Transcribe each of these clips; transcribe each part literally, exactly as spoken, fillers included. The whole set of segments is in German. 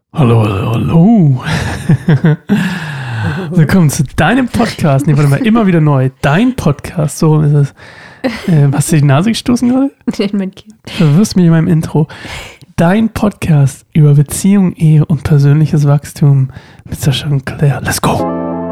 Hallo, hallo, hallo. Willkommen zu deinem Podcast. Nee, warte mal, immer wieder neu. Dein Podcast, so ist es. Äh, hast du die Nase gestoßen gerade? Nein, mein Kind. Du verwirrst mich in meinem Intro. Dein Podcast über Beziehung, Ehe und persönliches Wachstum mit Sascha und Claire. Let's go!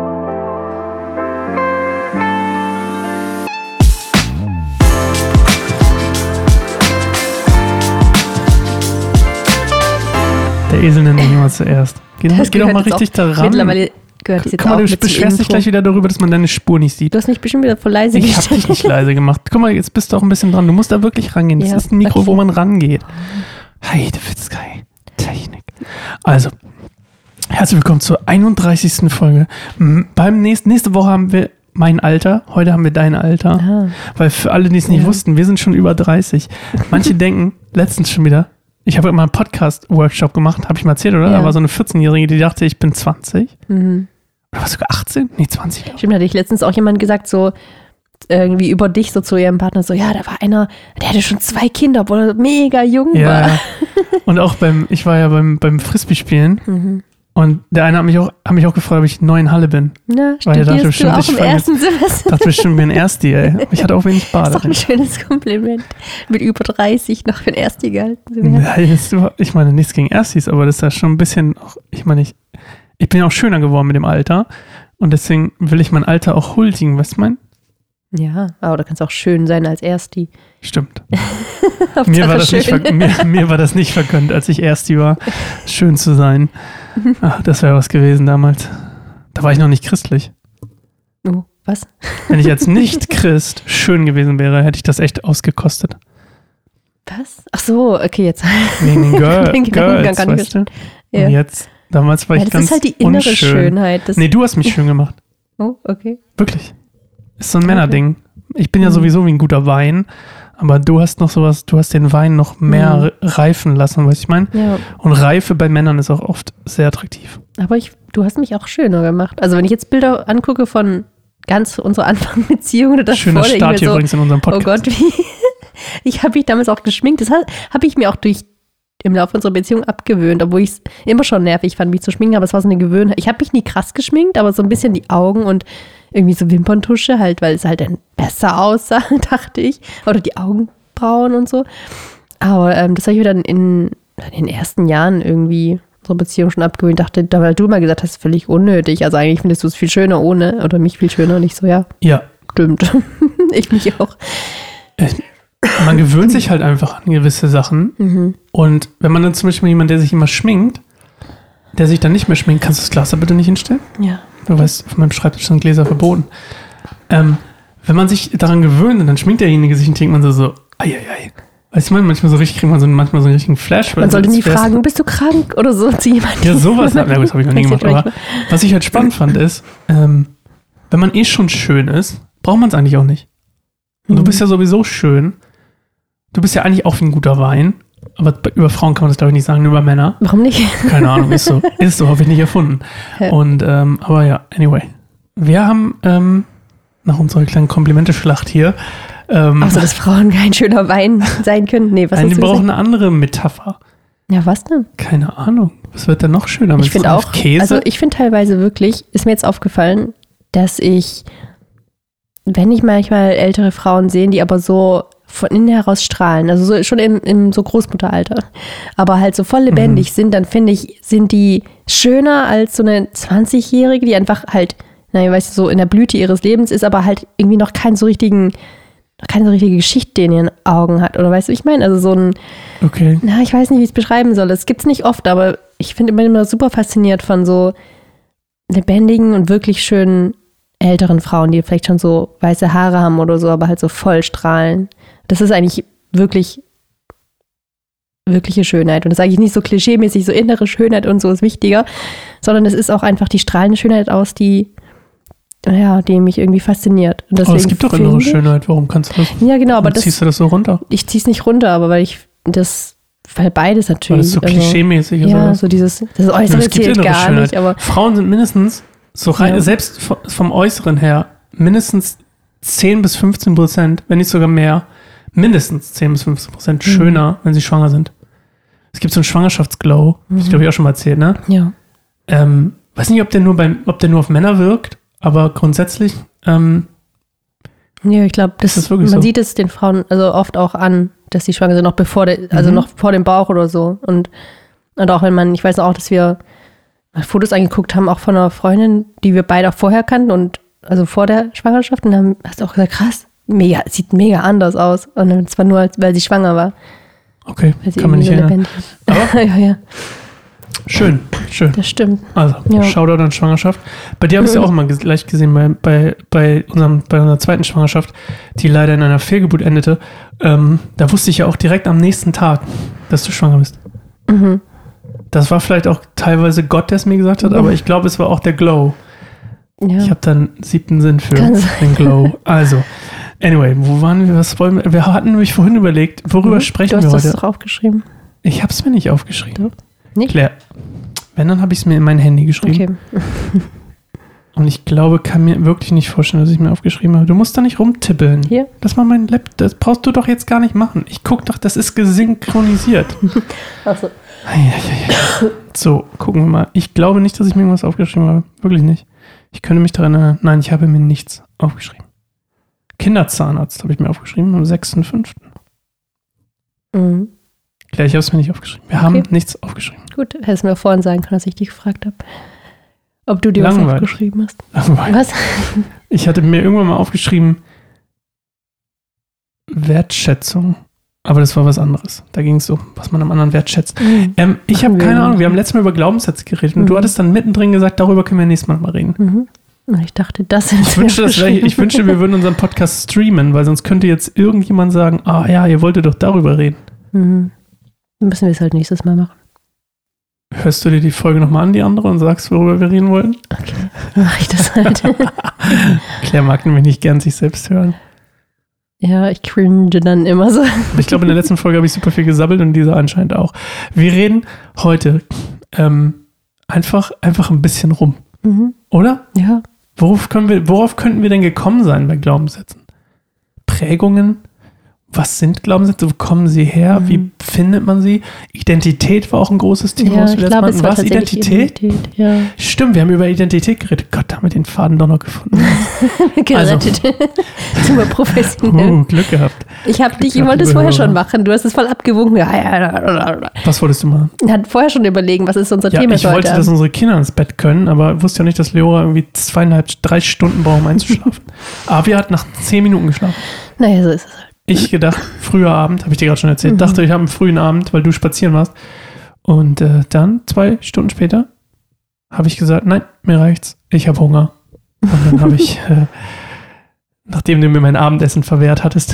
Der Esel nennt mich immer zuerst. Geh, doch- geh doch mal richtig da ran. Mittlerweile gehört das jetzt Guck mal, auch du mit zum beschwerst dich Intro. gleich wieder darüber, dass man deine Spur nicht sieht. Du hast mich bestimmt wieder voll leise Ich habe dich nicht leise gemacht. Guck mal, jetzt bist du auch ein bisschen dran. Du musst da wirklich rangehen. Das Ja, ist ein Mikro, okay. wo man rangeht. Heidewitzkei. Technik. Also, herzlich willkommen zur einunddreißigsten Folge. M- Beim nächsten, nächste Woche haben wir mein Alter. Heute haben wir dein Alter. Ah. Weil für alle, die es nicht Ja. wussten, wir sind schon über dreißig. Manche denken, letztens schon wieder, ich habe immer einen Podcast-Workshop gemacht, habe ich mal erzählt, oder? Ja. Da war so eine vierzehnjährige, die dachte, ich bin zwanzig. Mhm. Oder war sogar achtzehn? Nee, zwanzig. glaub ich. Stimmt, hatte ich letztens auch jemand gesagt, so irgendwie über dich, so zu ihrem Partner, so, ja, da war einer, der hatte schon zwei Kinder, obwohl er mega jung Ja, war. ja. Und auch beim, ich war ja beim, beim Frisbee-Spielen Mhm. und der eine hat mich auch, hat mich auch gefragt, ob ich neu in Halle bin. Na, Weil er dachte studierst du bestimmt, auch ich im fange ersten Semester? Dachte bestimmt, ich bin ein Ersti, ey. Aber ich hatte auch wenig Das ist doch Bade. ein schönes Kompliment. Mit über dreißig noch für den Ersti gehalten zu werden. Ja, jetzt über- ich meine, nichts gegen Erstis, aber das ist ja schon ein bisschen, auch, ich meine, ich, ich bin ja auch schöner geworden mit dem Alter und deswegen will ich mein Alter auch huldigen, weißt du, mein? Ja, aber du kannst auch schön sein als Ersti. Stimmt. Hauptsache Mir war, das nicht, schön. ver- mir, mir war das nicht vergönnt, als ich Ersti war, schön zu sein. Ach, das wäre was gewesen damals. Da war ich noch nicht christlich. Oh, was? Wenn ich als Nicht-Christ schön gewesen wäre, hätte ich das echt ausgekostet. Was? Ach so, okay, jetzt. Wegen den Girl, Den Gedankengang Girls, kann ich weißt du? Ja. Und jetzt, damals war Ja, ich das ganz ist halt die innere unschön. Schönheit. Das Nee, du hast mich schön gemacht. Oh, okay. Wirklich. Ist so ein Männerding. Ich bin ja sowieso wie ein guter Wein, aber du hast noch sowas, du hast den Wein noch mehr Mhm. re- reifen lassen, weißt du, ich meine? Ja, Und Reife bei Männern ist auch oft sehr attraktiv. aber ich, du hast mich auch schöner gemacht. Also wenn ich jetzt Bilder angucke von ganz unserer Anfangsbeziehung oder das Schöner vor, denke Start ich hier mir so, übrigens in unserem oh Podcast. Gott, wie. Ich habe mich damals auch geschminkt. Das habe ich mir auch durch im Laufe unserer Beziehung abgewöhnt, obwohl ich es immer schon nervig fand, mich zu schminken, aber es war so eine Gewöhnheit. Ich habe mich nie krass geschminkt, aber so ein bisschen die Augen und irgendwie so Wimperntusche halt, weil es halt dann besser aussah, dachte ich. Oder die Augenbrauen und so. Aber ähm, das habe ich mir dann in, in den ersten Jahren irgendwie unserer Beziehung schon abgewöhnt. Dachte, da weil du immer gesagt hast, völlig unnötig. Also eigentlich findest du es viel schöner ohne oder mich viel schöner. Und ich so, ja, Ja, stimmt. Ich mich auch. man gewöhnt sich halt einfach an gewisse Sachen. Mhm. Und wenn man dann zum Beispiel jemand, der sich immer schminkt, der sich dann nicht mehr schminkt, kannst du das Glas da bitte nicht hinstellen? Ja. Du weißt, auf meinem Schreibtisch sind Gläser verboten. Ähm, wenn man sich daran gewöhnt und dann schminkt derjenige sich und denkt man so, so ei, ei, ei. Weißt du, man, manchmal so richtig kriegt man so, manchmal so einen richtigen Flash. weil Man sollte als nie wär's- fragen, bist du krank oder so zu jemandem. Ja, sowas, ja, das habe ich noch nie gemacht. Passiert Aber was ich halt spannend fand, ist, ähm, wenn man eh schon schön ist, braucht man es eigentlich auch nicht. Und du Mhm. bist ja sowieso schön. Du bist ja eigentlich auch wie ein guter Wein. Aber bei- über Frauen kann man das, glaube ich, nicht sagen, nur über Männer. Warum nicht? Keine Ahnung, ist so. Ist so, habe ich nicht erfunden. Ja. Und, ähm, aber ja, anyway. Wir haben, ähm, nach unserer kleinen Komplimente-Schlacht hier, ähm, Außer, dass Frauen kein schöner Wein sein können. Nee, was nein, die hast du brauchen gesagt? eine andere Metapher. Ja, was denn? Keine Ahnung. Was wird denn noch schöner? Ich Wenn's finde drauf auch, Käse? also ich finde teilweise wirklich, ist mir jetzt aufgefallen, dass ich, wenn ich manchmal ältere Frauen sehe, die aber so von innen heraus strahlen, also so, schon im, im so Großmutteralter, aber halt so voll lebendig Mhm. sind, dann finde ich, sind die schöner als so eine zwanzigjährige, die einfach halt, naja, weißt du, so in der Blüte ihres Lebens ist, aber halt irgendwie noch keinen so richtigen, noch keine so richtige Geschichte in ihren Augen hat. Oder weißt du, wie ich meine? Also so ein, Okay. na, ich weiß nicht, wie ich es beschreiben soll. Das gibt's nicht oft, aber ich finde immer, immer super fasziniert von so lebendigen und wirklich schönen älteren Frauen, die vielleicht schon so weiße Haare haben oder so, aber halt so voll strahlen. Das ist eigentlich wirklich wirkliche Schönheit. Und das sage ich nicht so klischeemäßig, so innere Schönheit und so ist wichtiger, sondern es ist auch einfach die strahlende Schönheit aus, die, ja, die mich irgendwie fasziniert. Und Aber es deswegen gibt doch finde innere ich- Schönheit. Warum kannst du das? Ja, genau, aber Warum das, ziehst du das so runter? ich ziehe es nicht runter, aber weil ich das, weil beides Weil natürlich. das so also- klischeemäßig ist. Ja, oder? so dieses, das Äußere Es gibt zählt innere gar Schönheit. nicht, aber Frauen sind mindestens, so rein, Ja. selbst vom, vom Äußeren her, mindestens zehn bis fünfzehn Prozent, wenn nicht sogar mehr, mindestens zehn bis fünfzehn Prozent Mhm. schöner, wenn sie schwanger sind. Es es gibt so einen Schwangerschaftsglow, mhm. ich glaube ich auch schon mal erzählt, ne? Ja. Ähm, weiß nicht, ob der nur beim, ob der nur auf Männer wirkt, aber grundsätzlich, ähm, ja, ich glaube, das, das man so? sieht es den Frauen also oft auch an, dass sie schwanger sind, noch bevor, der, also mhm. noch vor dem Bauch oder so. Und, und auch wenn man, ich weiß auch, dass wir Fotos angeguckt haben, auch von einer Freundin, die wir beide auch vorher kannten und also vor der Schwangerschaft, und dann hast du auch gesagt, krass, mega, sieht mega anders aus. Und dann zwar nur, weil sie schwanger war. Okay, kann man nicht so erinnern. Aber ja, ja. Schön, schön. Das stimmt. Also, ja. Shoutout an Schwangerschaft. Bei dir habe ich es ja auch mal gleich gesehen, bei, bei, bei, unserem, bei unserer zweiten Schwangerschaft, die leider in einer Fehlgeburt endete. Ähm, da wusste ich ja auch direkt am nächsten Tag, dass du schwanger bist. Mhm. Das war vielleicht auch teilweise Gott, der es mir gesagt hat, mhm. aber ich glaube, es war auch der Glow. Ja. Ich habe dann siebten Sinn für den Glow. Also, anyway, wo waren wir? Was wollen wir? Wir hatten nämlich vorhin überlegt, worüber mhm. sprechen wir heute? Du hast das doch aufgeschrieben. Ich habe es mir nicht aufgeschrieben. Du? Nicht? Claire, wenn, dann habe ich es mir in mein Handy geschrieben. Okay. Und ich glaube, kann mir wirklich nicht vorstellen, dass ich mir aufgeschrieben habe. Du musst da nicht rumtippeln. Hier? Das war mein Laptop. Das brauchst du doch jetzt gar nicht machen. Ich gucke doch, das ist gesynchronisiert. Ach so. So, gucken wir mal. Ich glaube nicht, dass ich mir irgendwas aufgeschrieben habe. Wirklich nicht. Ich könnte mich daran erinnern. Nein, ich habe mir nichts aufgeschrieben. Kinderzahnarzt habe ich mir aufgeschrieben am sechsten fünften Mhm. Claire, ich habe es mir nicht aufgeschrieben. Wir okay. haben nichts aufgeschrieben. Gut, hättest du mir vorhin sagen können, dass ich dich gefragt habe, ob du dir Langweilig. was aufgeschrieben hast. Langweilig. Was? Ich hatte mir irgendwann mal aufgeschrieben Wertschätzung. Aber das war was anderes. Da ging es so, was man am anderen wertschätzt. Mhm. Ähm, ich habe keine Ahnung, wir haben letztes Mal über Glaubenssätze geredet und mhm. du hattest dann mittendrin gesagt, darüber können wir nächstes Mal mal reden. Mhm. Und ich dachte, das ist ich wünschte, das wär, ich wünschte, wir würden unseren Podcast streamen, weil sonst könnte jetzt irgendjemand sagen, ah ja, ihr wolltet doch darüber reden. Mhm. Dann müssen wir es halt nächstes Mal machen. Hörst du dir die Folge nochmal an, die andere, und sagst, worüber wir reden wollen? Okay, dann mache ich das halt. Claire mag nämlich nicht gern sich selbst hören. Ja, ich cringe dann immer so. Ich glaube, in der letzten Folge habe ich super viel gesabbelt und diese anscheinend auch. Wir reden heute ähm, einfach, einfach ein bisschen rum. Mhm. Oder? Ja. Worauf, können wir, worauf könnten wir denn gekommen sein bei Glaubenssätzen? Prägungen? Was sind Glaubenssätze? Wo kommen sie her? Mhm. Wie findet man sie? Identität war auch ein großes Thema. Ja, was ich wir glaube, letztes es Mal war hatten. Was? Identität? Identität ja. Stimmt, wir haben über Identität geredet. Gott, haben wir den Faden doch noch gefunden. Gerettet. Also, super professionell. Uh, Glück gehabt. Ich habe dich, ich wollte es vorher schon machen. Du hast es voll abgewunken. Ja, ja, ja. Was wolltest du machen? Ich hatte vorher schon überlegen, was ist unser ja, Thema ich heute. wollte, dass unsere Kinder ins Bett können, aber wusste ja nicht, dass Leora irgendwie zweieinhalb, drei Stunden braucht, um einzuschlafen. Avi hat nach zehn Minuten geschlafen. Naja, so ist es halt. Ich gedacht, früher Abend, habe ich dir gerade schon erzählt, mhm. dachte, ich habe einen frühen Abend, weil du spazieren warst. Und äh, dann, zwei Stunden später, habe ich gesagt, nein, mir reicht's, ich habe Hunger. Und dann habe ich, äh, nachdem du mir mein Abendessen verwehrt hattest,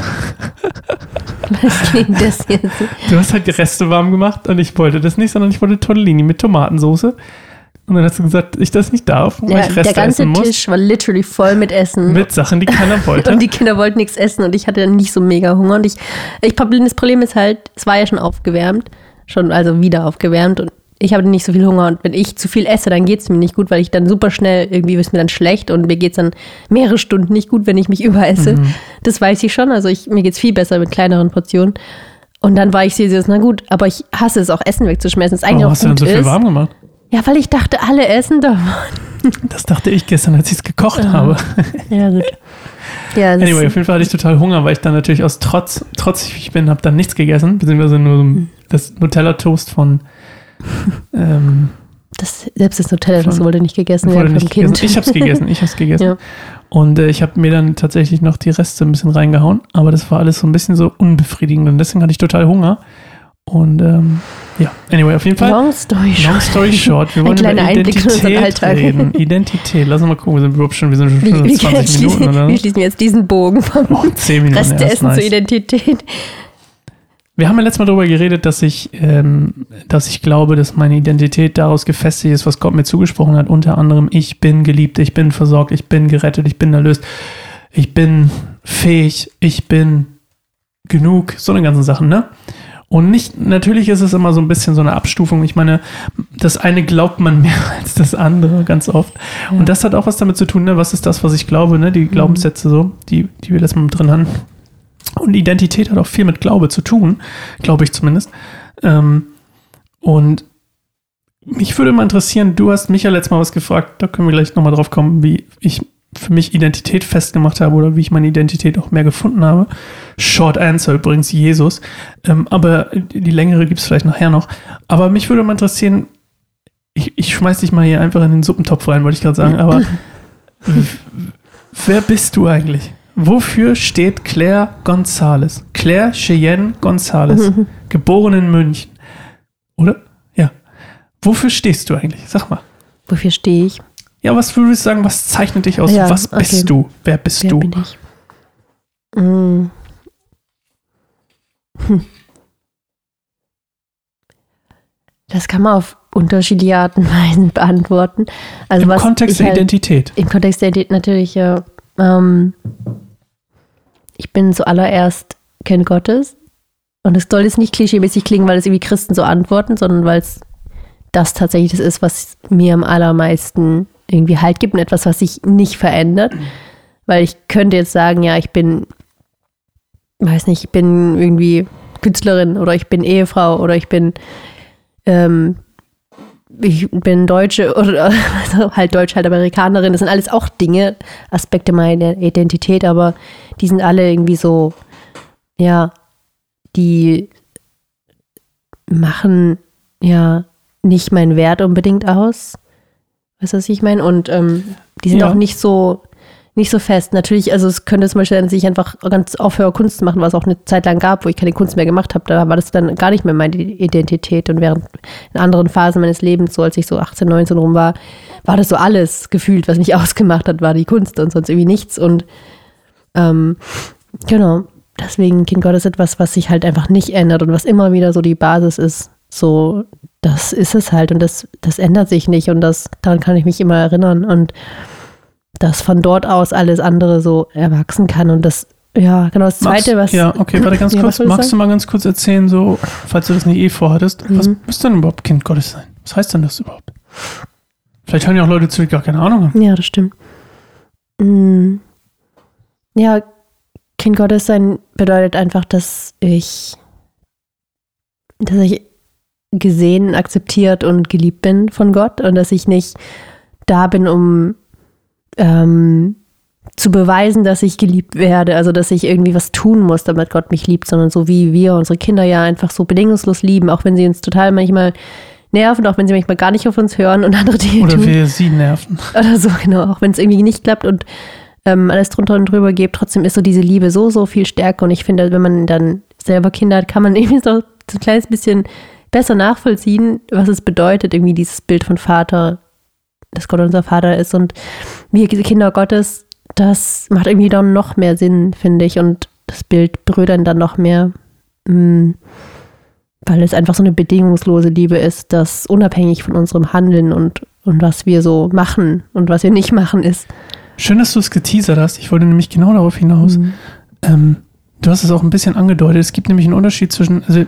was klingt das jetzt? Du hast halt die Reste warm gemacht und ich wollte das nicht, sondern ich wollte Tortellini mit Tomatensauce. Und dann hast du gesagt, ich das nicht darf, weil ja, ich Reste der ganze essen muss. Tisch war literally voll mit Essen. Mit Sachen, die keiner wollte. Und die Kinder wollten nichts essen und ich hatte dann nicht so mega Hunger. Und ich, ich das Problem ist halt, es war ja schon aufgewärmt, schon also wieder aufgewärmt und ich habe nicht so viel Hunger. Und wenn ich zu viel esse, dann geht es mir nicht gut, weil ich dann super schnell, irgendwie wird es mir dann schlecht und mir geht es dann mehrere Stunden nicht gut, wenn ich mich überesse. Mhm. Das weiß ich schon, also ich, mir geht es viel besser mit kleineren Portionen. Und dann war ich so, na gut, aber ich hasse es auch, Essen wegzuschmeißen. Das eigentlich Warum auch hast du denn so viel ist. warm gemacht? Ja, weil ich dachte, alle essen davon. Das dachte ich gestern, als ich es gekocht ja. habe. Ja, gut. Ja, anyway, auf jeden Fall hatte ich total Hunger, weil ich dann natürlich aus Trotz, trotzig ich bin, habe dann nichts gegessen, beziehungsweise nur so das Nutella-Toast von ähm, das, selbst das Nutella, das wurde nicht gegessen wurde ja, nicht Kind. Gegessen. Ich habe es gegessen, ich habe es gegessen. Ja. Und äh, ich habe mir dann tatsächlich noch die Reste ein bisschen reingehauen, aber das war alles so ein bisschen so unbefriedigend und deswegen hatte ich total Hunger. Und ähm, ja, anyway, auf jeden Fall. Long story short. Long story short. Wir wollen über Identität reden. Identität. Lass uns mal gucken, wir sind überhaupt schon, wir sind schon wie, wie zwanzig Minuten, schließen, oder? Wie schließen wir jetzt diesen Bogen vom oh, zehn Minuten Resteessen nice. zur Identität? Wir haben ja letztes Mal darüber geredet, dass ich, ähm, dass ich glaube, dass meine Identität daraus gefestigt ist, was Gott mir zugesprochen hat. Unter anderem, ich bin geliebt, ich bin versorgt, ich bin gerettet, ich bin erlöst, ich bin fähig, ich bin genug, so eine ganzen Sachen, ne? Und nicht, natürlich ist es immer so ein bisschen so eine Abstufung. Ich meine, das eine glaubt man mehr als das andere, ganz oft. Ja. Und das hat auch was damit zu tun, ne? Was ist das, was ich glaube, ne? Die Glaubenssätze so, die, die wir letztes Mal mit drin hatten. Und Identität hat auch viel mit Glaube zu tun, glaube ich zumindest. Ähm, Und mich würde mal interessieren, du hast mich ja letztes Mal was gefragt, da können wir gleich nochmal drauf kommen, wie ich für mich Identität festgemacht habe oder wie ich meine Identität auch mehr gefunden habe. Short Answer übrigens, Jesus. Ähm, aber die längere gibt es vielleicht nachher noch. Aber mich würde mal interessieren, ich, ich schmeiß dich mal hier einfach in den Suppentopf rein, wollte ich gerade sagen, aber wer bist du eigentlich? Wofür steht Claire González? Claire Cheyenne González, geboren in München. Oder? Ja. Wofür stehst du eigentlich? Sag mal. Wofür stehe ich? Ja, was würdest du sagen, was zeichnet dich aus? Ja, was bist okay. du? Wer bist Wer du? bin ich? Hm. Hm. Das kann man auf unterschiedliche Arten und Weisen beantworten. Also Im was Kontext der halt, Identität. Im Kontext der Identität natürlich, ja. Ähm, ich bin zuallererst Kind Gottes. Und es soll jetzt nicht klischeemäßig klingen, weil es irgendwie Christen so antworten, sondern weil es das tatsächlich das ist, was mir am allermeisten irgendwie Halt gibt und etwas, was sich nicht verändert. Weil ich könnte jetzt sagen, ja, ich bin, weiß nicht, ich bin irgendwie Künstlerin oder ich bin Ehefrau oder ich bin, ähm, ich bin Deutsche oder also halt Deutsch, halt Amerikanerin. Das sind alles auch Dinge, Aspekte meiner Identität, aber die sind alle irgendwie so, ja, die machen ja nicht meinen Wert unbedingt aus. Weißt du, was ich meine? Und ähm, die sind Ja. auch nicht so nicht so fest. Natürlich, also es könnte zum Beispiel sein, dass ich einfach ganz aufhöre, Kunst zu machen, was auch eine Zeit lang gab, wo ich keine Kunst mehr gemacht habe. Da war das dann gar nicht mehr meine Identität. Und während in anderen Phasen meines Lebens, so als ich so achtzehn, neunzehn rum war, war das so alles gefühlt, was mich ausgemacht hat, war die Kunst und sonst irgendwie nichts. Und ähm, genau, deswegen Kind Gottes etwas, was sich halt einfach nicht ändert und was immer wieder so die Basis ist. So, das ist es halt und das, das ändert sich nicht und das, daran kann ich mich immer erinnern und dass von dort aus alles andere so erwachsen kann und das, ja, genau, das Zweite, Magst, was... Ja, okay, warte ganz Ja, kurz. was Magst du mal ganz kurz erzählen, so, falls du das nicht eh vorhattest, Mhm. was ist denn überhaupt Kind Gottes sein? Was heißt denn das überhaupt? Vielleicht hören ja auch Leute zu, die gar keine Ahnung haben. Ja, das stimmt. Mm. Ja, Kind Gottes sein bedeutet einfach, dass ich, dass ich gesehen, akzeptiert und geliebt bin von Gott und dass ich nicht da bin, um ähm, zu beweisen, dass ich geliebt werde, also dass ich irgendwie was tun muss, damit Gott mich liebt, sondern so wie wir unsere Kinder ja einfach so bedingungslos lieben, auch wenn sie uns total manchmal nerven, auch wenn sie manchmal gar nicht auf uns hören und andere Dinge Oder tun. wir sie nerven. Oder so, genau, auch wenn es irgendwie nicht klappt und ähm, alles drunter und drüber gibt, trotzdem ist so diese Liebe so, so viel stärker und ich finde, wenn man dann selber Kinder hat, kann man irgendwie so, so ein kleines bisschen besser nachvollziehen, was es bedeutet, irgendwie dieses Bild von Vater, dass Gott unser Vater ist und wir Kinder Gottes, das macht irgendwie dann noch mehr Sinn, finde ich, und das Bild berührt dann dann noch mehr, mh, weil es einfach so eine bedingungslose Liebe ist, das unabhängig von unserem Handeln und, und was wir so machen und was wir nicht machen ist. Schön, dass du es geteasert hast. Ich wollte nämlich genau darauf hinaus. Mhm. Ähm, du hast es auch ein bisschen angedeutet. Es gibt nämlich einen Unterschied zwischen, also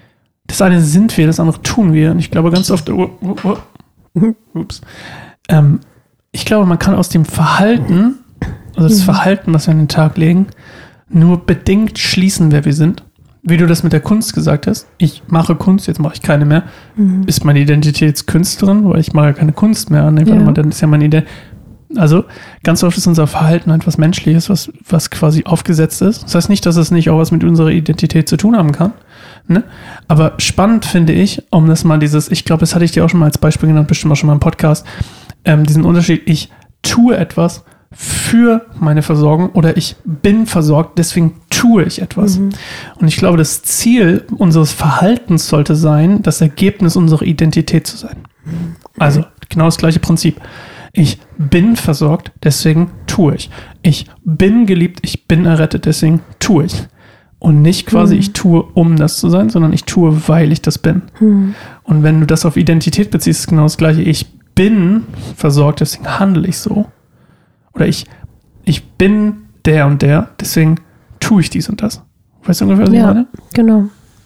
das eine sind wir, das andere tun wir. Und ich glaube ganz oft, oh, oh, oh, Mhm. ups. Ähm, ich glaube, man kann aus dem Verhalten, also das Mhm. Verhalten, was wir an den Tag legen, nur bedingt schließen, wer wir sind. Wie du das mit der Kunst gesagt hast. Ich mache Kunst, jetzt mache ich keine mehr. Mhm. Ist meine Identität jetzt Künstlerin, weil ich mache ja keine Kunst mehr an. Ja. Dann ist ja meine Idee. Also ganz oft ist unser Verhalten etwas Menschliches, was, was quasi aufgesetzt ist. Das heißt nicht, dass es nicht auch was mit unserer Identität zu tun haben kann. Ne? Aber spannend finde ich, um das mal dieses, ich glaube, das hatte ich dir auch schon mal als Beispiel genannt, bestimmt auch schon mal im Podcast, ähm, diesen Unterschied, ich tue etwas für meine Versorgung oder ich bin versorgt, deswegen tue ich etwas. Mhm. Und ich glaube, das Ziel unseres Verhaltens sollte sein, das Ergebnis unserer Identität zu sein. Also genau das gleiche Prinzip. Ich bin versorgt, deswegen tue ich. Ich bin geliebt, ich bin errettet, deswegen tue ich. Und nicht quasi, Mhm. ich tue, um das zu sein, sondern ich tue, weil ich das bin. Mhm. Und wenn du das auf Identität beziehst, ist genau das Gleiche. Ich bin versorgt, deswegen handle ich so. Oder ich, ich bin der und der, deswegen tue ich dies und das. Weißt du ungefähr, was ich Ja, meine? genau.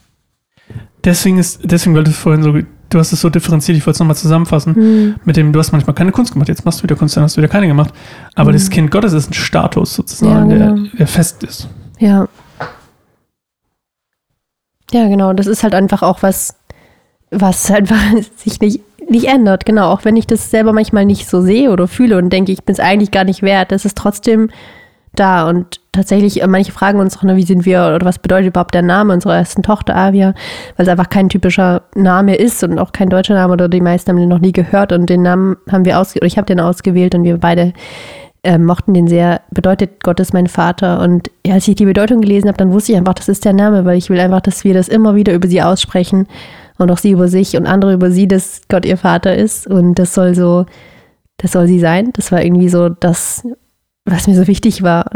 Deswegen ist, deswegen wollte ich vorhin so, du hast es so differenziert, ich wollte es nochmal zusammenfassen, Mhm. mit dem, du hast manchmal keine Kunst gemacht, jetzt machst du wieder Kunst, dann hast du wieder keine gemacht. Aber Mhm. das Kind Gottes ist ein Status sozusagen, Ja, genau. der, der fest ist. Ja. Ja, genau. Das ist halt einfach auch was, was einfach sich nicht, nicht ändert. Genau, auch wenn ich das selber manchmal nicht so sehe oder fühle und denke, ich bin es eigentlich gar nicht wert, das ist trotzdem da. Und tatsächlich, manche fragen uns auch, ne, wie sind wir oder was bedeutet überhaupt der Name unserer ersten Tochter Avia, weil es einfach kein typischer Name ist und auch kein deutscher Name oder die meisten haben den noch nie gehört und den Namen haben wir ausgewählt, oder ich habe den ausgewählt und wir beide äh, mochten den sehr, bedeutet Gott ist mein Vater. Und ja, als ich die Bedeutung gelesen habe, dann wusste ich einfach, das ist der Name, weil ich will einfach, dass wir das immer wieder über sie aussprechen und auch sie über sich und andere über sie, dass Gott ihr Vater ist und das soll so, das soll sie sein. Das war irgendwie so das, was mir so wichtig war.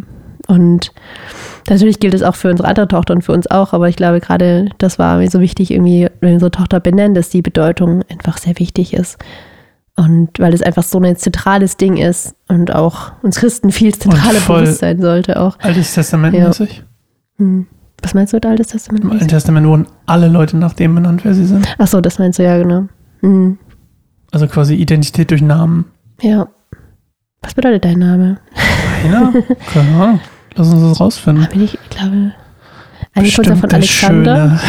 Und natürlich gilt es auch für unsere andere Tochter und für uns auch, aber ich glaube gerade, das war mir so wichtig, irgendwie, wenn wir unsere Tochter benennen, dass die Bedeutung einfach sehr wichtig ist. Und weil es einfach so ein zentrales Ding ist und auch uns Christen viel zentraler bewusst sein sollte auch. Altes Testament mäßig? Ja. Hm. Was meinst du mit Altes Testament? Im Alten Testament wurden alle Leute nach dem benannt, wer sie sind. Ach so, das meinst du, ja, genau. Hm. Also quasi Identität durch Namen. Ja. Was bedeutet dein Name? Meiner? Keine Ahnung. Lass uns das rausfinden. Aber ich glaube, eigentlich kommt er von Alexander.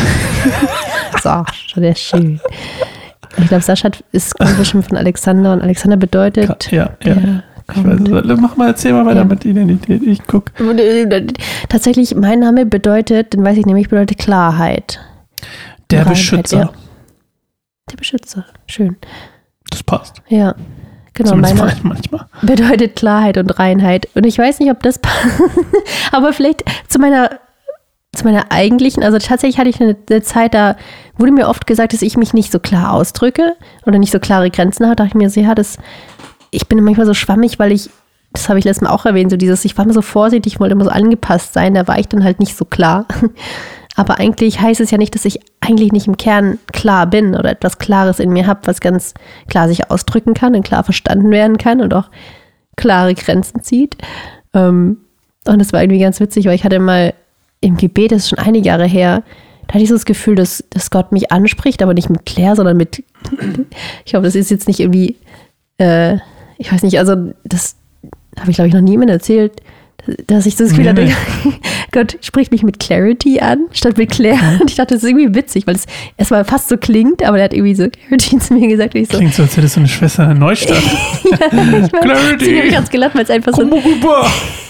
So, schon sehr schön. Ich glaube, Sascha ist bestimmt von Alexander und Alexander bedeutet. Ja, ja. ja. Ich weiß, mach mal, erzähl mal weiter ja. mit Identität. Ich guck. Tatsächlich, mein Name bedeutet, den weiß ich nämlich, bedeutet Klarheit. Der Reinheit, Beschützer. Ja. Der Beschützer, schön. Das passt. Ja, genau. Meine manchmal. Bedeutet Klarheit und Reinheit. Und ich weiß nicht, ob das passt, aber vielleicht zu meiner, zu meiner eigentlichen, also tatsächlich hatte ich eine, eine Zeit, da wurde mir oft gesagt, dass ich mich nicht so klar ausdrücke oder nicht so klare Grenzen habe. Da dachte ich mir so, ja, das ich bin manchmal so schwammig, weil ich, das habe ich letztes Mal auch erwähnt, so dieses, ich war immer so vorsichtig, ich wollte immer so angepasst sein, da war ich dann halt nicht so klar. Aber eigentlich heißt es ja nicht, dass ich eigentlich nicht im Kern klar bin oder etwas Klares in mir habe, was ganz klar sich ausdrücken kann und klar verstanden werden kann und auch klare Grenzen zieht. Und das war irgendwie ganz witzig, weil ich hatte mal im Gebet, das ist schon einige Jahre her, da hatte ich so das Gefühl, dass, dass Gott mich anspricht, aber nicht mit Claire, sondern mit, ich hoffe, das ist jetzt nicht irgendwie, äh, ich weiß nicht, also das habe ich, glaube ich, noch niemandem erzählt, dass ich das Gefühl nee, hatte, nee. Gott spricht mich mit Clarity an, statt mit Claire. Und ich dachte, das ist irgendwie witzig, weil es erstmal fast so klingt, aber der hat irgendwie so Clarity zu mir gesagt. Und ich so, klingt so, als hättest du eine Schwester in Neustadt. Ja, ich mein, Clarity! Ich habe ganz gelacht, weil es einfach Komm so... rüber!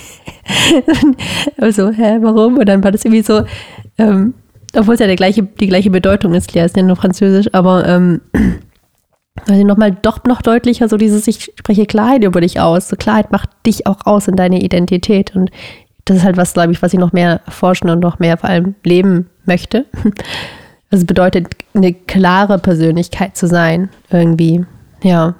Also, hä, warum? Und dann war das irgendwie so, ähm, obwohl es ja der gleiche, die gleiche Bedeutung ist, Claire ist ja nur Französisch, aber ähm, also nochmal doch noch deutlicher, so dieses, ich spreche Klarheit über dich aus. So Klarheit macht dich auch aus in deine Identität. Und das ist halt was, glaube ich, was ich noch mehr erforschen und noch mehr vor allem leben möchte. Also es bedeutet, eine klare Persönlichkeit zu sein, irgendwie. Ja.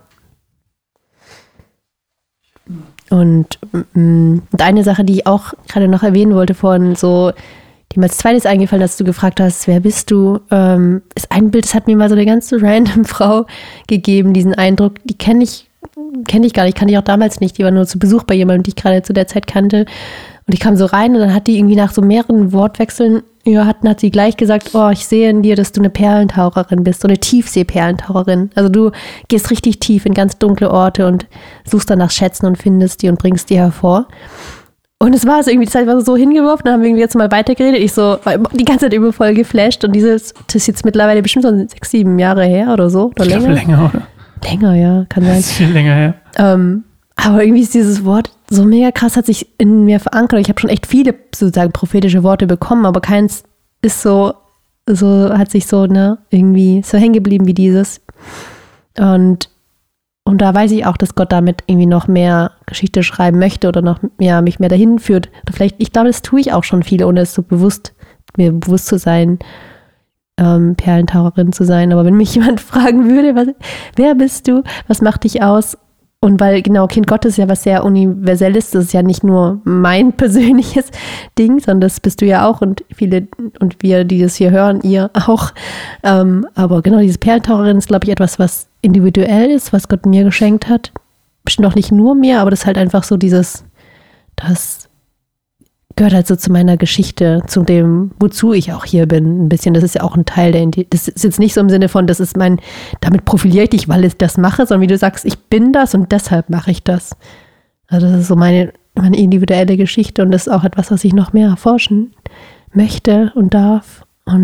Und, und eine Sache, die ich auch gerade noch erwähnen wollte vorhin, so die mir als zweites eingefallen, dass du gefragt hast, wer bist du, ähm, ist ein Bild, das hat mir mal so eine ganz random Frau gegeben, diesen Eindruck, die kenne ich, kenne ich gar nicht, kannte ich auch damals nicht, die war nur zu Besuch bei jemandem, die ich gerade zu der Zeit kannte und ich kam so rein und dann hat die irgendwie nach so mehreren Wortwechseln ja, hatten, hat sie gleich gesagt, oh, ich sehe in dir, dass du eine Perlentaucherin bist, so eine Tiefsee-Perlentaucherin, also du gehst richtig tief in ganz dunkle Orte und suchst dann nach Schätzen und findest die und bringst die hervor. Und es war so irgendwie, die Zeit war so hingeworfen, dann haben wir irgendwie jetzt mal weitergeredet. Ich so, war die ganze Zeit immer voll geflasht und dieses, das ist jetzt mittlerweile bestimmt so sechs, sieben Jahre her oder so. Oder ich länger. Glaub, länger, oder? Länger, ja, kann sein. Das ist viel länger her. Ähm, aber irgendwie ist dieses Wort so mega krass, hat sich in mir verankert. Ich habe schon echt viele sozusagen prophetische Worte bekommen, aber keins ist so, so hat sich so, ne, irgendwie so hängen geblieben wie dieses. Und Und da weiß ich auch, dass Gott damit irgendwie noch mehr Geschichte schreiben möchte oder noch ja, mich mehr dahin führt. Oder vielleicht, ich glaube, das tue ich auch schon viel, ohne es so bewusst, mir bewusst zu sein, ähm, Perlentaucherin zu sein. Aber wenn mich jemand fragen würde, was, wer bist du, was macht dich aus? Und weil genau Kind Gottes ja was sehr Universelles, das ist ja nicht nur mein persönliches Ding, sondern das bist du ja auch und viele und wir, die das hier hören, ihr auch. Ähm, aber genau, diese Perlentaucherin ist, glaube ich, etwas, was individuell ist, was Gott mir geschenkt hat. Bestimmt auch nicht nur mir, aber das ist halt einfach so dieses, das gehört halt so zu meiner Geschichte, zu dem, wozu ich auch hier bin, ein bisschen. Das ist ja auch ein Teil der, das ist jetzt nicht so im Sinne von, das ist mein, damit profiliere ich dich, weil ich das mache, sondern wie du sagst, ich bin das und deshalb mache ich das. Also das ist so meine, meine individuelle Geschichte und das ist auch etwas, was ich noch mehr erforschen möchte und darf. Und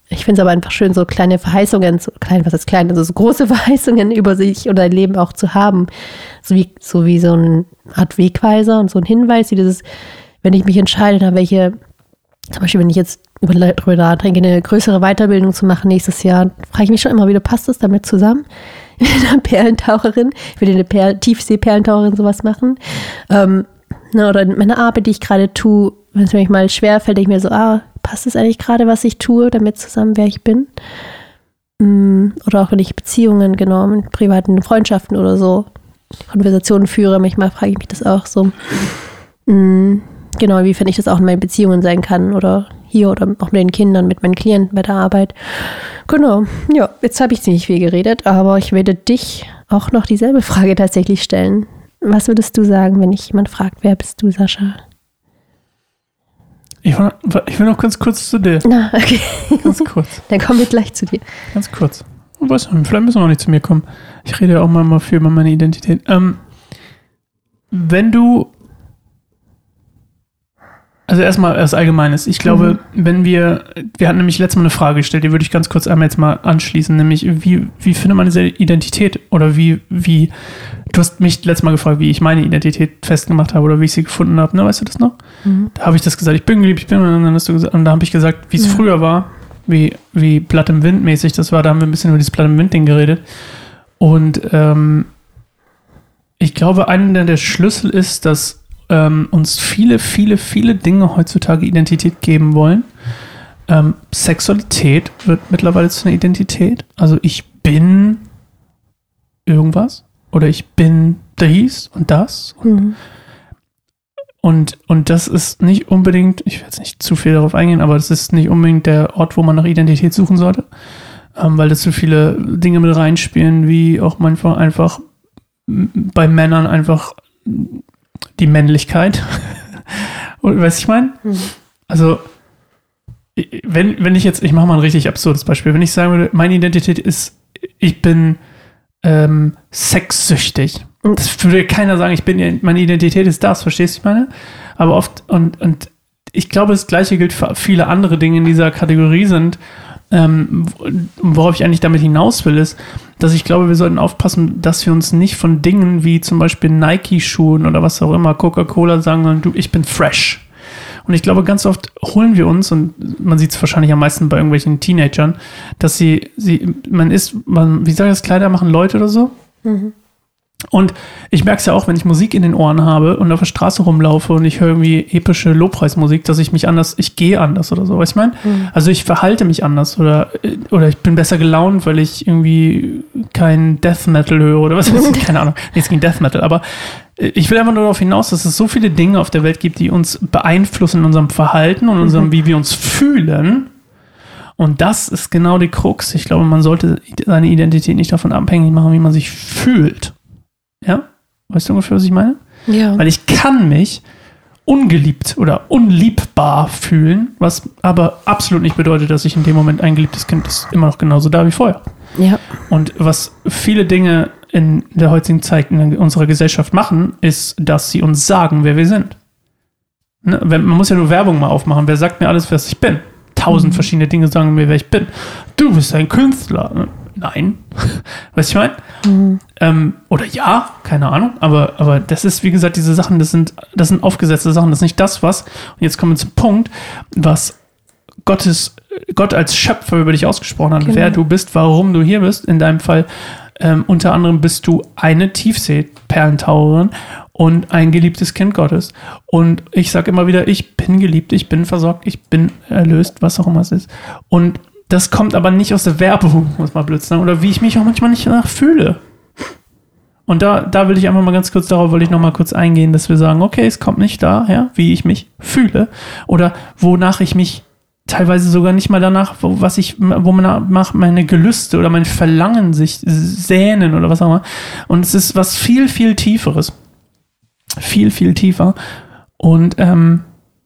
ich finde es aber einfach schön, so kleine Verheißungen, so klein, was heißt klein, also so große Verheißungen über sich oder dein Leben auch zu haben. So wie, so wie so eine Art Wegweiser und so ein Hinweis, wie dieses, wenn ich mich entscheide, nach welche, zum Beispiel, wenn ich jetzt über darüber nachdenke, eine größere Weiterbildung zu machen nächstes Jahr, frage ich mich schon immer wieder, passt das damit zusammen? Ich will eine Perlentaucherin, ich will eine per- Tiefsee-Perlentaucherin sowas machen. Ähm, na, oder in meiner Arbeit, die ich gerade tue, wenn es mir mal schwerfällt, denke ich mir so, ah, passt das eigentlich gerade, was ich tue, damit zusammen, wer ich bin? Oder auch wenn ich Beziehungen, genau, mit privaten Freundschaften oder so Konversationen führe, manchmal frage ich mich das auch so, genau, wie finde ich das auch in meinen Beziehungen sein kann oder hier oder auch mit den Kindern, mit meinen Klienten bei der Arbeit. Genau, ja, jetzt habe ich ziemlich viel geredet, aber ich werde dich auch noch dieselbe Frage tatsächlich stellen. Was würdest du sagen, wenn dich jemand fragt, wer bist du, Sascha? Ich will, ich will noch ganz kurz zu dir. Na, okay. Ganz kurz. Dann kommen wir gleich zu dir. Ganz kurz. Und was, vielleicht müssen wir noch nicht zu mir kommen. Ich rede ja auch mal viel über meine Identität. Ähm, wenn du, also erstmal erst Allgemeines. Ich glaube, mhm. wenn wir, wir hatten nämlich letztes Mal eine Frage gestellt, die würde ich ganz kurz einmal jetzt mal anschließen, nämlich wie, wie findet man diese Identität oder wie, wie, du hast mich letztes Mal gefragt, wie ich meine Identität festgemacht habe oder wie ich sie gefunden habe, ne, weißt du das noch? Mhm. Da habe ich das gesagt, ich bin geliebt, ich bin, und dann hast du gesagt, und da habe ich gesagt, wie es ja. früher war, wie, wie Blatt im Wind mäßig das war, da haben wir ein bisschen über dieses Blatt im Wind Ding geredet und ähm, ich glaube, einer der Schlüssel ist, dass ähm, uns viele, viele, viele Dinge heutzutage Identität geben wollen. Ähm, Sexualität wird mittlerweile zu einer Identität. Also ich bin irgendwas oder ich bin dies und das. Und, mhm. und, und das ist nicht unbedingt, ich will jetzt nicht zu viel darauf eingehen, aber das ist nicht unbedingt der Ort, wo man nach Identität suchen sollte, ähm, weil da zu viele Dinge mit reinspielen, wie auch manchmal einfach bei Männern einfach die Männlichkeit. Weißt du, ich meine? Mhm. Also, wenn, wenn ich jetzt, ich mache mal ein richtig absurdes Beispiel, wenn ich sagen würde, meine Identität ist, ich bin ähm, sexsüchtig. Mhm. Das würde keiner sagen, ich bin, meine Identität ist das, verstehst du, ich meine? Aber oft, und, und ich glaube, das Gleiche gilt für viele andere Dinge in dieser Kategorie sind, ähm, worauf ich eigentlich damit hinaus will, ist, dass ich glaube, wir sollten aufpassen, dass wir uns nicht von Dingen wie zum Beispiel Nike-Schuhen oder was auch immer, Coca-Cola sagen, sondern du, ich bin fresh. Und ich glaube, ganz oft holen wir uns, und man sieht es wahrscheinlich am meisten bei irgendwelchen Teenagern, dass sie, sie man ist, man, wie sage ich das, Kleider machen Leute oder so? Mhm. Und ich merke es ja auch, wenn ich Musik in den Ohren habe und auf der Straße rumlaufe und ich höre irgendwie epische Lobpreismusik, dass ich mich anders, ich gehe anders oder so, weißt du, ich meine? Mhm. Also ich verhalte mich anders oder, oder ich bin besser gelaunt, weil ich irgendwie kein Death Metal höre oder was weiß ich, keine Ahnung, nichts gegen Death Metal, aber ich will einfach nur darauf hinaus, dass es so viele Dinge auf der Welt gibt, die uns beeinflussen in unserem Verhalten und in unserem, mhm. wie wir uns fühlen. Und das ist genau die Krux. Ich glaube, man sollte seine Identität nicht davon abhängig machen, wie man sich fühlt. Ja? Weißt du ungefähr, was ich meine? Ja. Weil ich kann mich ungeliebt oder unliebbar fühlen, was aber absolut nicht bedeutet, dass ich in dem Moment ein geliebtes Kind ist, immer noch genauso da wie vorher. Ja. Und was viele Dinge in der heutigen Zeit in unserer Gesellschaft machen, ist, dass sie uns sagen, wer wir sind. Ne? Man muss ja nur Werbung mal aufmachen. Wer sagt mir alles, was ich bin? Tausend mhm. verschiedene Dinge sagen mir, wer ich bin. Du bist ein Künstler. Nein. Weißt du, ich meine? Mhm. Ähm, oder ja, keine Ahnung. Aber, aber das ist, wie gesagt, diese Sachen, das sind, das sind aufgesetzte Sachen. Das ist nicht das, was, und jetzt kommen wir zum Punkt, was Gottes, Gott als Schöpfer über dich ausgesprochen hat. Genau. Wer du bist, warum du hier bist. In deinem Fall ähm, unter anderem bist du eine Tiefsee-Perlentaucherin und ein geliebtes Kind Gottes. Und ich sage immer wieder, ich bin geliebt, ich bin versorgt, ich bin erlöst, was auch immer es ist. Und das kommt aber nicht aus der Werbung, muss man blöd sagen, oder wie ich mich auch manchmal nicht danach fühle. Und da, da will ich einfach mal ganz kurz, darauf will ich noch mal kurz eingehen, dass wir sagen, okay, es kommt nicht daher, wie ich mich fühle oder wonach ich mich teilweise sogar nicht mal danach, wo, was ich, wo man macht, meine Gelüste oder mein Verlangen sich sehnen oder was auch immer. Und es ist was viel, viel Tieferes. Viel, viel tiefer. Und ähm,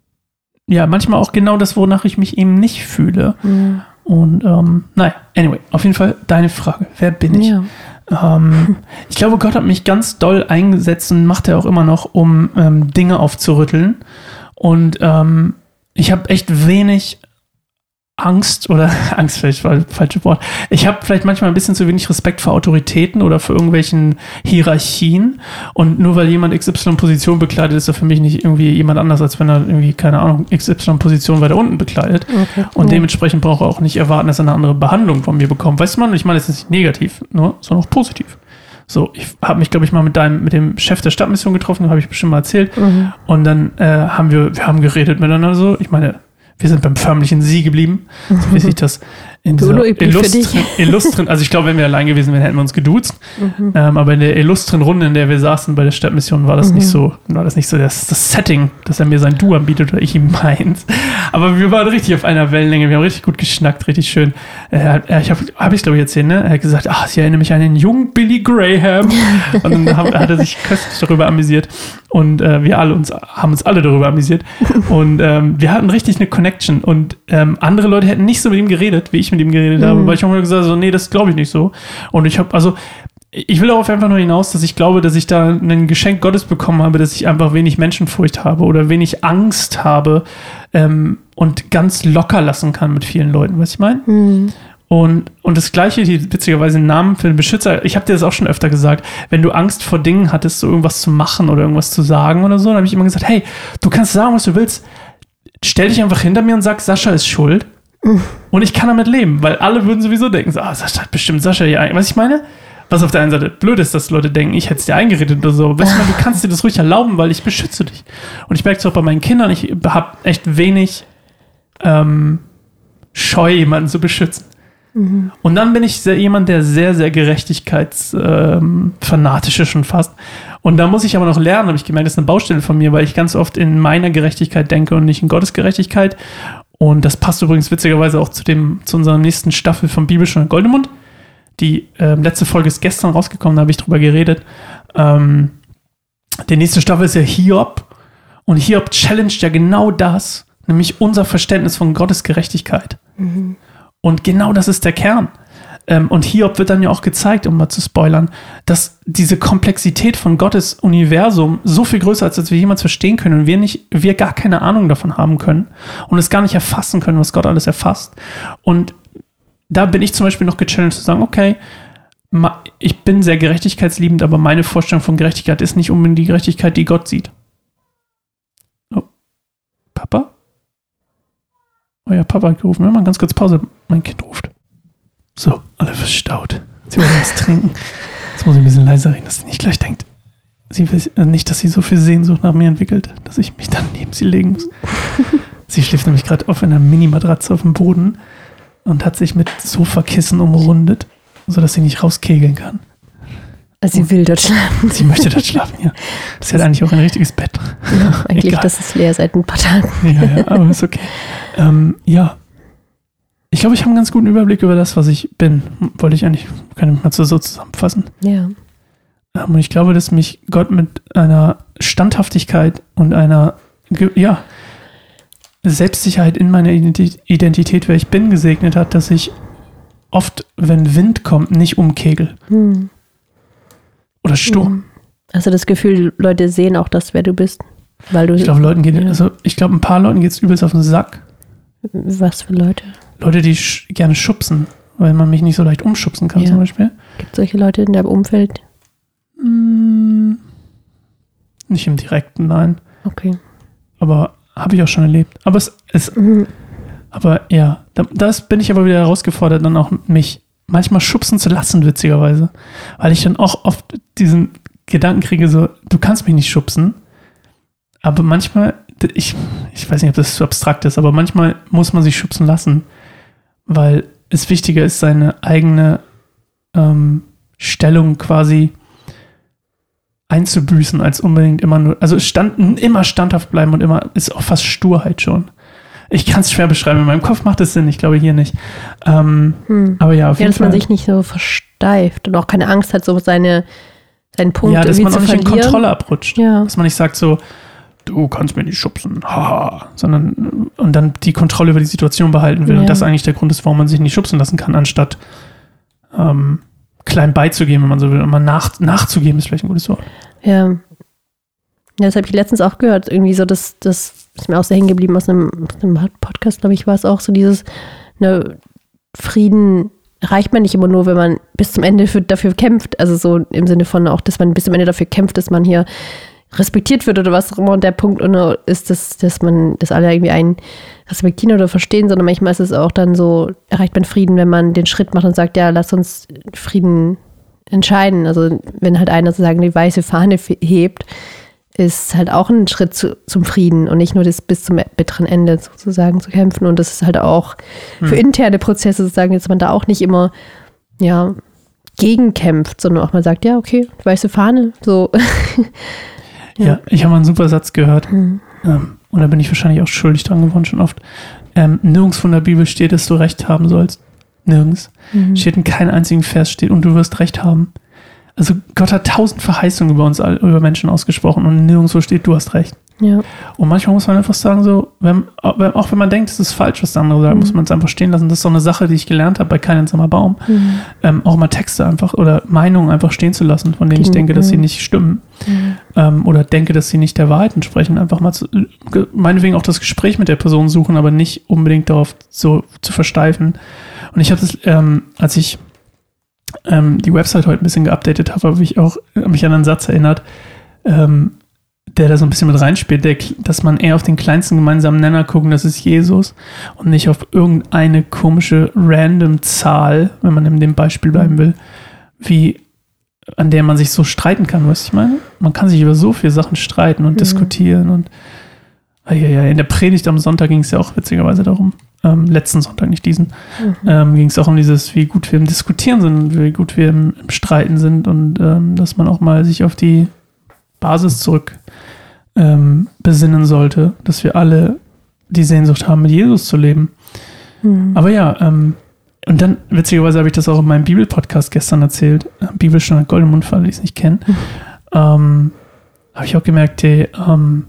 ja, manchmal auch genau das, wonach ich mich eben nicht fühle. Mhm. Und ähm, naja, anyway, auf jeden Fall deine Frage. Wer bin ich? Ja. Ähm, ich glaube, Gott hat mich ganz doll eingesetzt und macht er auch immer noch, um ähm, Dinge aufzurütteln. Und ähm, ich habe echt wenig Angst oder Angst vielleicht war das falsche Wort. Ich habe vielleicht manchmal ein bisschen zu wenig Respekt vor Autoritäten oder für irgendwelchen Hierarchien. Und nur weil jemand X Y-Position bekleidet, ist er für mich nicht irgendwie jemand anders, als wenn er irgendwie, keine Ahnung, X Y-Position weiter unten bekleidet. Okay. Und dementsprechend braucht er auch nicht erwarten, dass er eine andere Behandlung von mir bekommt. Weißt du, man, ich meine, das ist nicht negativ, nur, sondern auch positiv. So, ich habe mich, glaube ich, mal mit deinem, mit dem Chef der Stadtmission getroffen, habe ich bestimmt mal erzählt. Mhm. Und dann äh, haben wir, wir haben geredet miteinander so. Ich meine, wir sind beim förmlichen Sie geblieben, so wie sich das in dieser illustren, illustren, also ich glaube, wenn wir allein gewesen wären, hätten wir uns geduzt. Mhm. Ähm, aber in der illustren Runde, in der wir saßen bei der Stadtmission, war das mhm. nicht so, war das nicht so das, das Setting, dass er mir sein Du anbietet oder ich ihm meins. Aber wir waren richtig auf einer Wellenlänge, wir haben richtig gut geschnackt, richtig schön. Äh, ich habe hab ich glaube ich erzählt, ne? Er hat gesagt, ach, ich erinnere mich an den jungen Billy Graham. Und dann hat, hat er sich köstlich darüber amüsiert. Und äh, wir alle uns, haben uns alle darüber amüsiert. Und ähm, wir hatten richtig eine Connection. Und ähm, andere Leute hätten nicht so mit ihm geredet, wie ich mit ihm geredet mhm. habe, weil ich auch mal gesagt habe, so, nee, das glaube ich nicht so. Und ich habe, also, ich will darauf einfach nur hinaus, dass ich glaube, dass ich da ein Geschenk Gottes bekommen habe, dass ich einfach wenig Menschenfurcht habe oder wenig Angst habe ähm, und ganz locker lassen kann mit vielen Leuten, was ich meine? Mhm. Und, und das Gleiche, hier witzigerweise einen Namen für den Beschützer, ich habe dir das auch schon öfter gesagt, wenn du Angst vor Dingen hattest, so irgendwas zu machen oder irgendwas zu sagen oder so, dann habe ich immer gesagt, hey, du kannst sagen, was du willst, stell dich einfach hinter mir und sag, Sascha ist schuld. Und ich kann damit leben, weil alle würden sowieso denken, so, ah, Sascha hat bestimmt Sascha hier ein. Was ich meine? Was auf der einen Seite blöd ist, dass Leute denken, ich hätte es dir eingeredet oder so. Weißt du, du kannst dir das ruhig erlauben, weil ich beschütze dich. Und ich merke es auch bei meinen Kindern, ich habe echt wenig ähm, Scheu, jemanden zu beschützen. Mhm. Und dann bin ich sehr, jemand, der sehr, sehr gerechtigkeitsfanatisch ist schon fast. Und da muss ich aber noch lernen, habe ich gemerkt, das ist eine Baustelle von mir, weil ich ganz oft in meiner Gerechtigkeit denke und nicht in Gottes Gerechtigkeit. Und das passt übrigens witzigerweise auch zu dem zu unserer nächsten Staffel von Bibelstunde Goldemund. Die äh, letzte Folge ist gestern rausgekommen, da habe ich drüber geredet. Ähm, die nächste Staffel ist ja Hiob. Und Hiob challenged ja genau das, nämlich unser Verständnis von Gottes Gerechtigkeit. Mhm. Und genau das ist der Kern. Ähm, und Hiob wird dann ja auch gezeigt, um mal zu spoilern, dass diese Komplexität von Gottes Universum so viel größer ist, als wir jemals verstehen können und wir nicht, wir gar keine Ahnung davon haben können und es gar nicht erfassen können, was Gott alles erfasst. Und da bin ich zum Beispiel noch gechallenged zu sagen, okay, ich bin sehr gerechtigkeitsliebend, aber meine Vorstellung von Gerechtigkeit ist nicht unbedingt die Gerechtigkeit, die Gott sieht. Oh. Papa? Oh ja, Papa hat gerufen. Wir machen ganz kurz Pause. Mein Kind ruft. So, alle verstaut. Sie wollen was trinken. Jetzt muss ich ein bisschen leiser reden, dass sie nicht gleich denkt. Sie will nicht, dass sie so viel Sehnsucht nach mir entwickelt, dass ich mich dann neben sie legen muss. Sie schläft nämlich gerade auf einer Mini-Matratze auf dem Boden und hat sich mit Sofakissen umrundet, sodass sie nicht rauskegeln kann. Also sie will dort schlafen. Sie möchte dort schlafen, ja. Sie hat eigentlich auch ein richtiges Bett. Ja, eigentlich, Egal. Das ist leer seit ein paar Tagen. Ja, ja, aber ist okay. Ähm, ja. Ich glaube, ich habe einen ganz guten Überblick über das, was ich bin. Wollte ich eigentlich, kann ich mal so zusammenfassen. Ja. Ähm, und ich glaube, dass mich Gott mit einer Standhaftigkeit und einer, ja, Selbstsicherheit in meiner Identität, wer ich bin, gesegnet hat, dass ich oft, wenn Wind kommt, nicht umkegel. Hm. Oder Sturm. Hast du das Gefühl, Leute sehen auch das, wer du bist? Weil du ich glaube, Leuten geht, ja. also ich glaube, ein paar Leuten geht es übelst auf den Sack. Was für Leute? Leute, die sch- gerne schubsen, weil man mich nicht so leicht umschubsen kann, ja. Zum Beispiel. Gibt es solche Leute in deinem Umfeld? Hm, nicht im direkten, nein. Okay. Aber habe ich auch schon erlebt. Aber es ist, mhm. aber ja, da, das bin ich aber wieder herausgefordert, dann auch mich manchmal schubsen zu lassen, witzigerweise. Weil ich dann auch oft diesen Gedanken kriege, so, du kannst mich nicht schubsen. Aber manchmal, ich, ich weiß nicht, ob das zu abstrakt ist, aber manchmal muss man sich schubsen lassen, weil es wichtiger ist, seine eigene ähm, Stellung quasi einzubüßen, als unbedingt immer nur, also stand, immer standhaft bleiben und immer, ist auch fast Sturheit schon. Ich kann es schwer beschreiben, in meinem Kopf macht es Sinn, ich glaube hier nicht. Ähm, hm. Aber ja, auf ja, jeden dass Fall. Man sich nicht so versteift und auch keine Angst hat, so seine, seinen Punkt ja, irgendwie zu verlieren. Ja, dass man auch nicht in Kontrolle abrutscht. Ja. Dass man nicht sagt so, du kannst mir nicht schubsen, haha, sondern und dann die Kontrolle über die Situation behalten will. Ja. Und das eigentlich der Grund ist, warum man sich nicht schubsen lassen kann, anstatt ähm, klein beizugeben, wenn man so will. Und mal nach, nachzugeben ist vielleicht ein gutes Wort. Ja. Ja, das habe ich letztens auch gehört. Irgendwie so, das, das ist mir auch sehr hängen geblieben aus einem, aus einem Podcast, glaube ich, war es auch so dieses, ne, Frieden erreicht man nicht immer nur, wenn man bis zum Ende für, dafür kämpft. Also so im Sinne von auch, dass man bis zum Ende dafür kämpft, dass man hier respektiert wird oder was auch immer. Und der Punkt ist, dass, dass man das alle irgendwie einen respektieren oder verstehen, sondern manchmal ist es auch dann so, erreicht man Frieden, wenn man den Schritt macht und sagt, ja, lass uns Frieden entscheiden. Also wenn halt einer sozusagen die weiße Fahne hebt, ist halt auch ein Schritt zu, zum Frieden und nicht nur das bis zum bitteren Ende sozusagen zu kämpfen. Und das ist halt auch hm. für interne Prozesse sozusagen, dass man da auch nicht immer ja, gegenkämpft, sondern auch mal sagt, ja, okay, weiße Fahne, so. ja. ja, ich habe mal einen super Satz gehört. Hm. Ähm, und da bin ich wahrscheinlich auch schuldig dran geworden schon oft. Ähm, nirgends von der Bibel steht, dass du Recht haben sollst. Nirgends. Mhm. Steht in keinem einzigen Vers steht und du wirst Recht haben. Also Gott hat tausend Verheißungen über uns, über Menschen ausgesprochen und nirgendwo steht, du hast Recht. Ja. Und manchmal muss man einfach sagen, so, wenn, auch wenn man denkt, es ist falsch, was der andere sagt, mhm. muss man es einfach stehen lassen. Das ist so eine Sache, die ich gelernt habe bei Kein einsamer Baum. Mhm. Ähm, auch mal Texte einfach oder Meinungen einfach stehen zu lassen, von denen mhm. ich denke, dass sie nicht stimmen. Mhm. Ähm, oder denke, dass sie nicht der Wahrheit entsprechen. Einfach mal zu, meinetwegen auch das Gespräch mit der Person suchen, aber nicht unbedingt darauf so zu versteifen. Und ich habe das, ähm, als ich ähm, die Website heute ein bisschen geupdatet habe, habe ich auch hab mich an einen Satz erinnert, ähm, der da so ein bisschen mit reinspielt, der, dass man eher auf den kleinsten gemeinsamen Nenner gucken, das ist Jesus und nicht auf irgendeine komische random Zahl, wenn man in dem Beispiel bleiben will, wie an der man sich so streiten kann, weißt du, ich meine? Man kann sich über so viele Sachen streiten und mhm. diskutieren und ja, ja, in der Predigt am Sonntag ging es ja auch witzigerweise darum, ähm, letzten Sonntag, nicht diesen, mhm. ähm, ging es auch um dieses, wie gut wir im Diskutieren sind, wie gut wir im, im Streiten sind und ähm, dass man auch mal sich auf die Basis zurück ähm, besinnen sollte, dass wir alle die Sehnsucht haben, mit Jesus zu leben. Mhm. Aber ja, ähm, und dann, witzigerweise habe ich das auch in meinem Bibelpodcast gestern erzählt, äh, Bibelstunde Goldemund, für alle, die es nicht kennen, mhm. ähm, habe ich auch gemerkt, hey, ähm,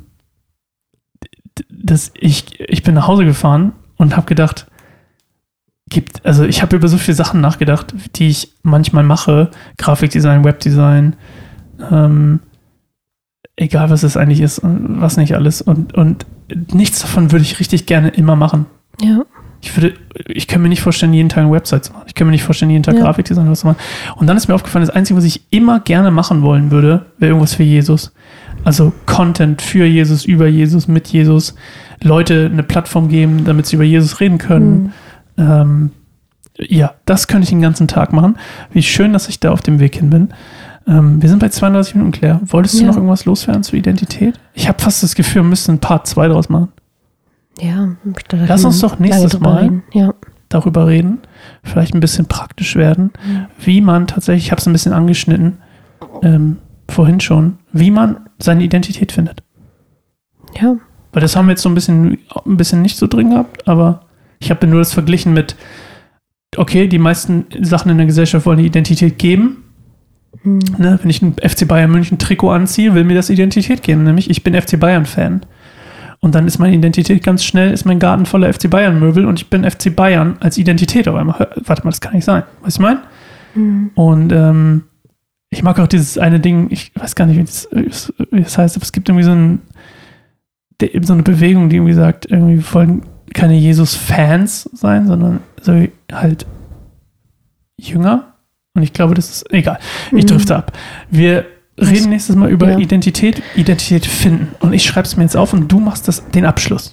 dass ich, ich bin nach Hause gefahren und habe gedacht, gibt, also ich habe über so viele Sachen nachgedacht, die ich manchmal mache, Grafikdesign, Webdesign, ähm, egal was es eigentlich ist und was nicht alles und, und nichts davon würde ich richtig gerne immer machen. Ja. Ich würde, ich kann mir nicht vorstellen, jeden Tag eine Website zu machen. Ich kann mir nicht vorstellen, jeden Tag ja. Grafikdesign was zu machen. Und dann ist mir aufgefallen, das Einzige, was ich immer gerne machen wollen würde, wäre irgendwas für Jesus. Also Content für Jesus, über Jesus, mit Jesus. Leute eine Plattform geben, damit sie über Jesus reden können. Mhm. Ähm, ja, das könnte ich den ganzen Tag machen. Wie schön, dass ich da auf dem Weg hin bin. Ähm, wir sind bei zweiunddreißig Minuten, Claire. Wolltest du ja. noch irgendwas loswerden zur Identität? Ich habe fast das Gefühl, wir müssen ein Part zwei draus machen. Ja, lass uns doch nächstes Mal reden. Ja. darüber reden, vielleicht ein bisschen praktisch werden, mhm. wie man tatsächlich, ich habe es ein bisschen angeschnitten, ähm, vorhin schon, wie man seine Identität findet. Ja. Weil das haben wir jetzt so ein bisschen, ein bisschen nicht so drin gehabt, aber ich habe nur das verglichen mit, okay, die meisten Sachen in der Gesellschaft wollen die Identität geben. Mhm. Ne, wenn ich ein F C Bayern München Trikot anziehe, will mir das Identität geben, nämlich ich bin F C Bayern Fan. Und dann ist meine Identität ganz schnell, ist mein Garten voller F C Bayern Möbel und ich bin F C Bayern als Identität auf einmal. Warte mal, das kann nicht sein. Weißt du, ich meine? Mhm. Und ähm, ich mag auch dieses eine Ding, ich weiß gar nicht, wie das, wie das heißt, aber es gibt irgendwie so, ein, so eine Bewegung, die irgendwie sagt, irgendwie wir wollen keine Jesus-Fans sein, sondern so halt Jünger. Und ich glaube, das ist egal. Ich mhm. drifte ab. Wir reden nächstes Mal über ja. Identität, Identität finden. Und ich schreibe es mir jetzt auf und du machst das, den Abschluss.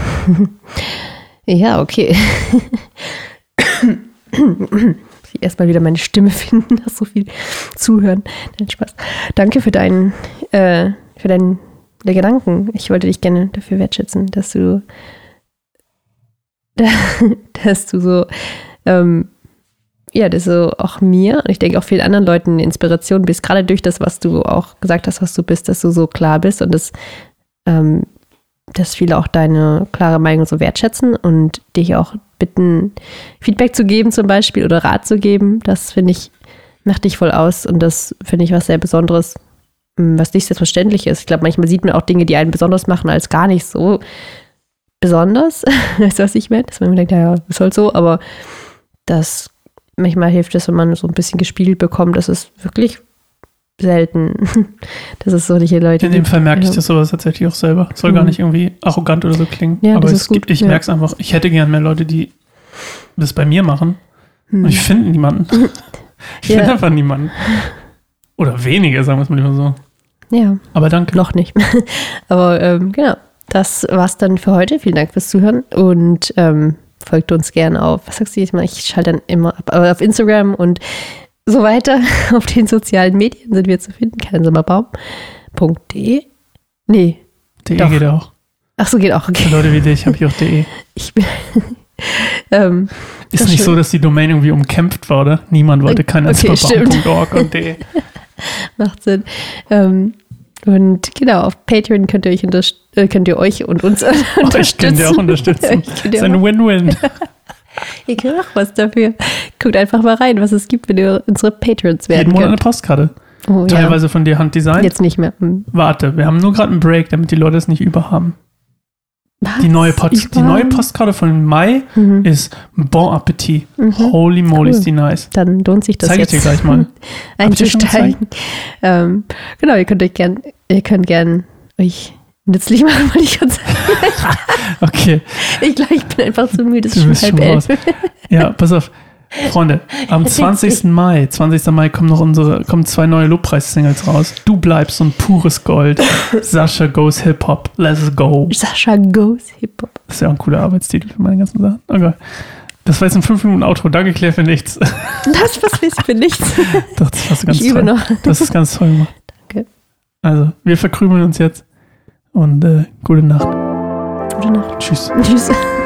Ja, okay. Muss ich erstmal wieder meine Stimme finden, nach so viel Zuhören. Nein, Spaß. Danke für deinen, äh, für deinen der Gedanken. Ich wollte dich gerne dafür wertschätzen, dass du, dass du so, ähm, ja, das so auch mir und ich denke auch vielen anderen Leuten eine Inspiration bist, gerade durch das, was du auch gesagt hast, was du bist, dass du so klar bist und dass, ähm, dass viele auch deine klare Meinung so wertschätzen und dich auch bitten, Feedback zu geben zum Beispiel oder Rat zu geben. Das finde ich, macht dich voll aus und das finde ich was sehr Besonderes, was nicht selbstverständlich ist. Ich glaube, manchmal sieht man auch Dinge, die einen besonders machen, als gar nicht so besonders. Weißt du, was ich meine? Dass man denkt, ja, ist halt so, aber das manchmal hilft es, wenn man so ein bisschen gespiegelt bekommt. Das ist wirklich selten. Das ist so nicht Leute. In dem Fall merke ich das sowas tatsächlich auch selber. Soll mhm. gar nicht irgendwie arrogant oder so klingen. Ja, aber das es ist gut. Gibt, ich ja. merke es einfach. Ich hätte gern mehr Leute, die das bei mir machen. Hm. Und ich finde niemanden. Ich finde Ja. einfach niemanden. Oder wenige, sagen wir es mal lieber so. Ja. Aber danke. Noch nicht. Aber ähm, genau, das war's dann für heute. Vielen Dank fürs Zuhören und ähm, folgt uns gerne auf, was sagst du jetzt mal? Ich schalte dann immer ab, aber auf Instagram und so weiter. Auf den sozialen Medien sind wir zu finden. keinsammerbaum punkt de. Nee. De Doch. geht auch. Ach so, geht auch. Okay. Für Leute wie dich habe ich auch de. Ich bin. ähm, Ist das nicht schön. so, dass die Domain irgendwie umkämpft wurde. Niemand wollte keinsammerbaum punkt org und de. Macht Sinn. Ähm, und genau, auf Patreon könnt ihr euch, unterst- äh, könnt ihr euch und uns unterstützen. Euch könnt ihr auch unterstützen. Euch könnt Das ist ihr, ein auch, Win-Win. ihr könnt auch was dafür. Guckt einfach mal rein, was es gibt, wenn ihr unsere Patrons werden Jeden Monat eine könnt. Postkarte. Oh, ja. Teilweise von dir handdesignt. Jetzt nicht mehr. Hm. Warte, wir haben nur gerade einen Break, damit die Leute es nicht überhaben. Was? Die neue, Pod Ich die war- neue Postkarte von Mai Mhm. ist Bon Appetit. Mhm. Holy moly, Cool. ist die nice. Dann lohnt sich das Zeige ich jetzt. dir gleich mal. Habt ihr schon einzusteigen. Ähm, genau, ihr könnt euch gern, ihr könnt gern euch nützlich machen, wollte ich kurz sagen. Okay, Ich glaube, ich bin einfach zu müde. Es Du ist schon bist halb schon elf. ja, pass auf. Freunde, am zwanzigsten Mai, zwanzigsten Mai kommen noch unsere, kommen zwei neue Lobpreis-Singles raus. Du bleibst so ein pures Gold. Sascha goes Hip-Hop. Let's go. Sascha goes Hip-Hop. Das ist ja auch ein cooler Arbeitstitel für meine ganzen Sachen. Okay. Das war jetzt ein fünf Minuten Outro. Danke, Claire, für nichts. Das was ist für nichts. Doch, das hast du ganz Ich übe toll. noch. Das ist ganz toll gemacht. Danke. Also, wir verkrümeln uns jetzt und äh, gute Nacht. Gute Nacht. Tschüss. Tschüss.